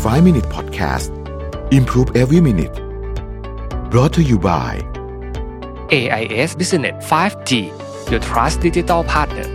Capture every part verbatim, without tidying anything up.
five minute podcast Improve every minute brought to you by เอ ไอ เอส Business ไฟว์ จี Your Trust Digital Partner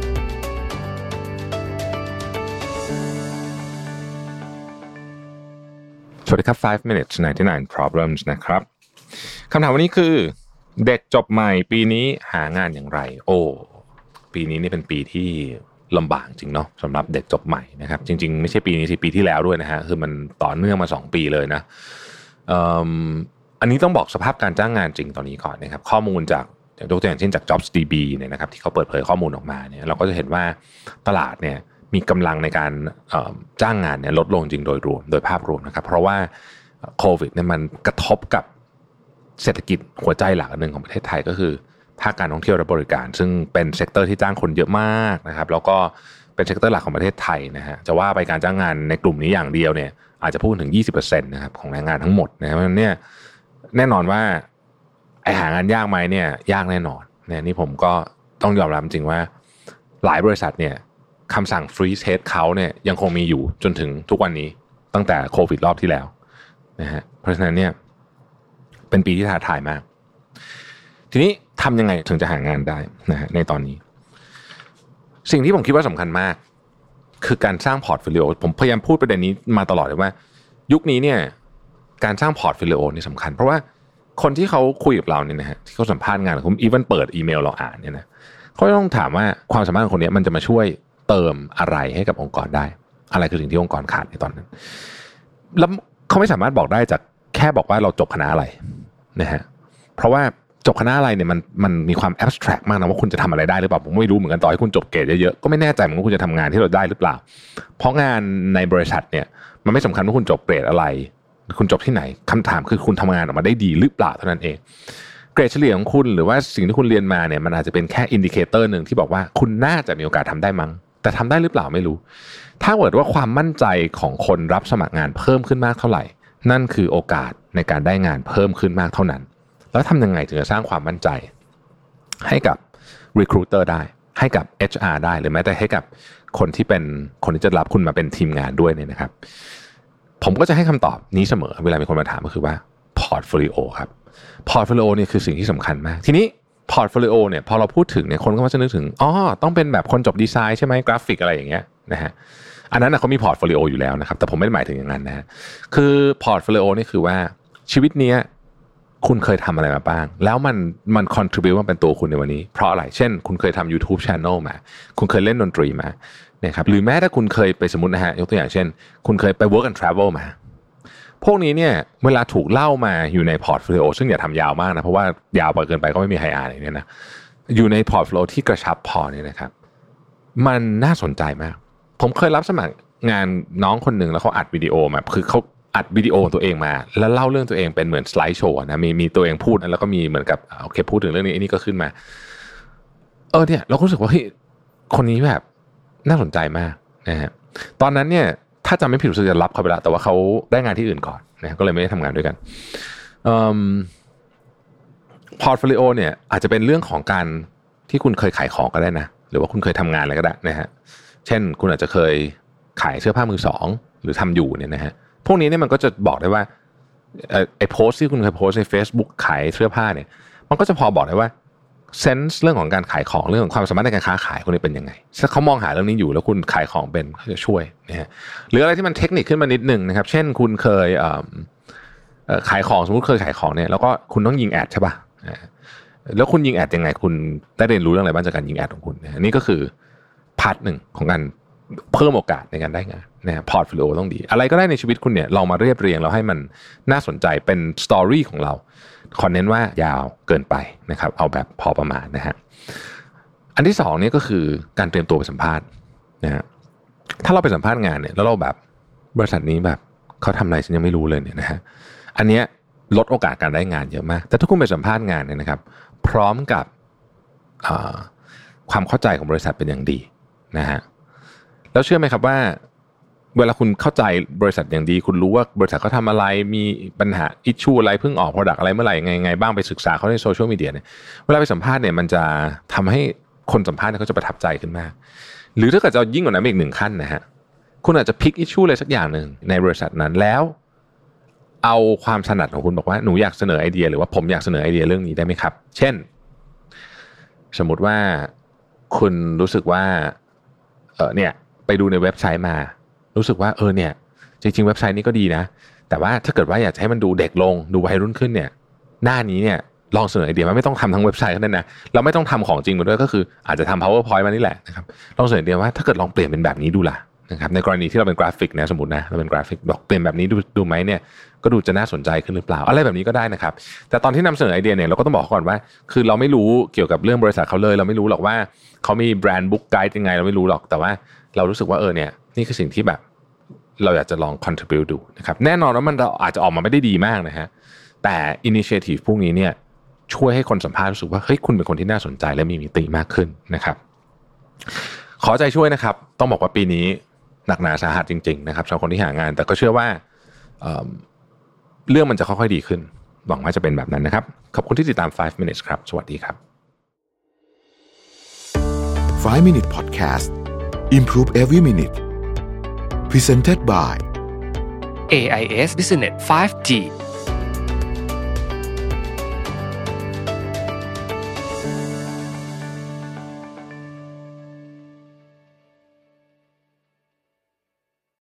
สวัสดีครับfive minutes ninety-nine problems นะครับคำถามวันนี้คือเด็กจบใหม่ปีนี้หางานอย่างไรโอ้ปีนี้นี่เป็นปีที่ลำบากจริงเนาะสำหรับเด็กจบใหม่นะครับจริงๆไม่ใช่ปีนี้สิปีที่แล้วด้วยนะฮะคือมันต่อเนื่องมาสองปีเลยนะเอ่ออันนี้ต้องบอกสภาพการจ้างงานจริงตอนนี้ก่อนนะครับข้อมูลจากยกตัวอย่างเช่นจาก JobsDB เนี่ยนะครับที่เขาเปิดเผยข้อมูลออกมาเนี่ยเราก็จะเห็นว่าตลาดเนี่ยมีกำลังในการจ้างงานเนี่ยลดลงจริงโดยรวมโดยภาพรวมนะครับเพราะว่าโควิดเนี่ยมันกระทบกับเศรษฐกิจหัวใจหลักอันหนึ่งของประเทศไทยก็คือภาคการท่องเที่ยวและบริการซึ่งเป็นเซกเตอร์ที่จ้างคนเยอะมากนะครับแล้วก็เป็นเซกเตอร์หลักของประเทศไทยนะฮะจะว่าไปการจ้างงานในกลุ่มนี้อย่างเดียวเนี่ยอาจจะพูดถึง ยี่สิบเปอร์เซ็นต์ นะครับของแรงงานทั้งหมดนะเพราะฉะนั้นเนี่ยแน่นอนว่าไอ้หางานยากไหมเนี่ยยากแน่นอนเนี่ยนี่ผมก็ต้องยอมรับจริงว่าหลายบริษัทเนี่ยคำสั่ง freeze headcount เนี่ยยังคงมีอยู่จนถึงทุกวันนี้ตั้งแต่โควิดรอบที่แล้วนะฮะเพราะฉะนั้นเนี่ยเป็นปีที่ท้าทายมากทีนี้ทำยังไงถึงจะหางานได้นะฮะในตอนนี้สิ่งที่ผมคิดว่าสำคัญมากคือการสร้างพอร์ตโฟลิโอผมพยายามพูดประเด็นนี้มาตลอดเลยว่ายุคนี้เนี่ยการสร้างพอร์ตโฟลิโอนี่สำคัญเพราะว่าคนที่เขาคุยกับเราเนี่ยนะฮะที่เขาสัมภาษณ์งานหรือเขาอีเวนเปิดอีเมลเราอ่านเนี่ยนะเขาต้องถามว่าความสามารถของคนนี้มันจะมาช่วยเติมอะไรให้กับองค์กรได้อะไรคือสิ่งที่องค์กรขาดในตอนนั้นแล้วเขาไม่สามารถบอกได้จากแค่บอกว่าเราจบคณะอะไรนะฮะเพราะว่าจบคณะอะไรเนี่ยมันมันมีความแอบสแตรกมากนะว่าคุณจะทำอะไรได้หรือเปล่าผมไม่รู้เหมือนกันต่อให้คุณจบเกรดเยอะๆก็ไม่แน่ใจเหมือนกันว่าคุณจะทำงานที่เราได้หรือเปล่าเพราะงานในบริษัทเนี่ยมันไม่สำคัญว่าคุณจบเกรดอะไรคุณจบที่ไหนคำถามคือคุณทำงานออกมาได้ดีหรือเปล่าเท่านั้นเองเกรดเฉลี่ยของคุณหรือว่าสิ่งที่คุณเรียนมาเนี่ยมันอาจจะเป็นแค่อินดิเคเตอร์หนึ่งที่บอกว่าคุณน่าจะมีโอกาสทำได้มั้งแต่ทำได้หรือเปล่าไม่รู้ถ้าเกิดว่าความมั่นใจของคนรับสมัครงานเพิ่มขึ้นมากเท่าไหร่นั่นคือโอกาสในการได้งานเพิ่มขึ้นมากเท่านั้นแล้วทำยังไงถึงจะสร้างความมั่นใจให้กับ recruiter ได้ให้กับ เอช อาร์ ได้หรือแม้แต่ให้กับคนที่เป็นคนที่จะรับคุณมาเป็นทีมงานด้วยเนี่ยนะครับผมก็จะให้คำตอบนี้เสมอเวลามีคนมาถามก็คือว่า portfolio ครับ portfolio เนี่ยคือสิ่งที่สำคัญมากทีนี้ portfolio เนี่ยพอเราพูดถึงเนี่ยคนก็มักจะนึกถึงอ๋อต้องเป็นแบบคนจบดีไซน์ใช่ไหมกราฟิกอะไรอย่างเงี้ยนะฮะอันนั้นนะเขามี portfolio อยู่แล้วนะครับแต่ผมไม่ได้หมายถึงอย่างนั้นนะฮะคือ portfolio นี่คือว่าชีวิตเนี้ยคุณเคยทำอะไรมาบ้างแล้วมันมัน contribute มาเป็นตัวคุณในวันนี้เพราะอะไรเช่นคุณเคยทำ YouTube Channel มาคุณเคยเล่นดนตรีมาเนี่ยครับหรือแม้ถ้าคุณเคยไปสมมุตินะฮะยกตัวอย่างเช่นคุณเคยไป work and travel มาพวกนี้เนี่ยเวลาถูกเล่ามาอยู่ใน portfolio ซึ่งอย่าทำยาวมากนะเพราะว่ายาวไปเกินไปก็ไม่มีใครอ่านอย่างนี้นะอยู่ใน portfolio ที่กระชับพอเนี่ยนะครับมันน่าสนใจมากผมเคยรับสมัครงานน้องคนหนึ่งแล้วเขาอัดวิดีโอมาคือเขาอัดวิดีโอตัวเองมาแล้วเล่าเรื่องตัวเองเป็นเหมือนสไลด์โชว์นะมีมีตัวเองพูดแล้วก็มีเหมือนกับโอเคพูดถึงเรื่องนี้นี่ก็ขึ้นมาเออเนี่ยเราก็รู้สึกว่าเฮ้ยคนนี้แบบน่าสนใจมากนะฮะตอนนั้นเนี่ยถ้าจำไม่ผิดรู้สึกจะรับเขาไปแล้วแต่ว่าเขาได้งานที่อื่นก่อนนะก็เลยไม่ได้ทำงานด้วยกันเอ่อพอร์ตโฟลิโอเนี่ยอาจจะเป็นเรื่องของการที่คุณเคยขายของก็ได้นะหรือว่าคุณเคยทำงานอะไรก็ได้นะฮะเช่นคุณอาจจะเคยขายเสื้อผ้ามือสองหรือทำอยู่เนี่ยนะฮะพวกนี้เนี่ยมันก็จะบอกได้ว่าไอ้โพสต์ที่คุณเคยโพสต์ใน Facebook ขายเสื้อผ้าเนี่ยมันก็จะพอบอกได้ว่าเซนส์เรื่องของการขายของเรื่องของความสามารถในการค้าขายคุณเป็นยังไงถ้าเขามองหาเรื่องนี้อยู่แล้วคุณขายของเป็นเขาจะช่วยนะฮะหรืออะไรที่มันเทคนิคขึ้นมานิดนึงนะครับเช่นคุณเคยขายของสมมติเคยขายของเนี่ยแล้วก็คุณต้องยิงแอดใช่ป่ะแล้วคุณยิงแอดยังไงคุณได้เรียนรู้เรื่องอะไรบ้างจากการยิงแอดของคุณนี่ก็คือพาร์ทหนึ่งของการเพิ่มโอกาสในการได้งานนะฮะพอร์ตโฟลิโอต้องดีอะไรก็ได้ในชีวิตคุณเนี่ยลองมาเรียบเรียงแล้วให้มันน่าสนใจเป็นสตอรี่ของเราขอเน้นว่ายาวเกินไปนะครับเอาแบบพอประมาณนะฮะอันที่สองนี่ก็คือการเตรียมตัวไปสัมภาษณ์นะฮะถ้าเราไปสัมภาษณ์งานเนี่ยแล้วเราแบบบริษัทนี้แบบเขาทำอะไรฉันยังไม่รู้เลยเนี่ยนะฮะอันเนี้ยลดโอกาสการได้งานเยอะมากแต่ถ้าคุณไปสัมภาษณ์งานเนี่ยนะครับพร้อมกับความเข้าใจของบริษัทเป็นอย่างดีนะฮะแล้วเชื่อไหมครับว่าเวลาคุณเข้าใจบริษัทอย่างดีคุณรู้ว่าบริษัทเขาทำอะไรมีปัญหาอิชชูอะไรเพิ่งออก product อะไรเมื่อไหร่ไงไงบ้างไปศึกษาเขาในโซเชียลมีเดียเนี่ยเวลาไปสัมภาษณ์เนี่ยมันจะทำให้คนสัมภาษณ์เขาจะประทับใจขึ้นมากหรือถ้าเกิดจะยิ่งกว่านั้นอีกหนึ่งขั้นนะฮะคุณอาจจะพิกอิชชูอะไรสักอย่างหนึ่งในบริษัทนั้นแล้วเอาความถนัดของคุณบอกว่าหนูอยากเสนอไอเดียหรือว่าผมอยากเสนอไอเดียเรื่องนี้ได้ไหมครับเช่นสมมุติว่าคุณรู้สึกว่าเออเนี่ยไปดูในเว็บไซต์มารู้สึกว่าเออเนี่ยจริงๆเว็บไซต์นี้ก็ดีนะแต่ว่าถ้าเกิดว่าอยากให้มันดูเด็กลงดูวัยรุ่นขึ้นเนี่ยหน้านี้เนี่ยลองเสนอไอเดียว่าไม่ต้องทำทั้งเว็บไซต์ก็ได้นะเราไม่ต้องทำของจริงมาด้วยก็คืออาจจะทำ PowerPoint มานี่แหละนะครับลองเสนอไอเดียว่าถ้าเกิดลองเปลี่ยนเป็นแบบนี้ดูล่ะนะครับในกรณีที่เราเป็นกราฟิกนะสมมตินะเราเป็นกราฟิกบอกเปลี่ยนแบบนี้ดูดูไหมเนี่ยก็ดูจะน่าสนใจขึ้นหรือเปล่าอะไรแบบนี้ก็ได้นะครับแต่ตอนที่นำเสนอไอเดียเนี่ยเราก็ต้องบอกก่อนว่าคือเราไม่รู้เกี่ยวกับเรื่องบริษัทเขาเลยเราไม่รู้หรอกว่าเขามีแบรนด์บุ๊กไกด์ยังไงเราไม่รู้หรอกแต่ว่าเรารู้สึกว่าเออเนี่ยนี่คือสิ่งที่แบบเราอยากจะลอง contribute ดูนะครับแน่นอนว่ามันอาจจะออกมาไม่ได้ดีมากนะฮะแต่ initiative พวกนี้เนี่ยช่วยให้คนสัมภาษณ์รู้สึกว่าเฮ้ยคุณเป็นคนที่น่าสนใจและมีมิติมากขึ้นนะครับขอใจช่วยนะครับต้องบอกว่าปีนี้หนักหนาสาหัสจริงๆนะครับสำหรับคนที่หางานแต่ก็เชื่อว่า เอ่อ เรื่องมันจะค่อยๆดีขึ้นหวังว่าจะเป็นแบบนั้นนะครับขอบคุณที่ติดตามไฟว์ minutes ครับสวัสดีครับไฟว์ minute podcast improve every minute presented by เอ ไอ เอส Business ไฟว์ จี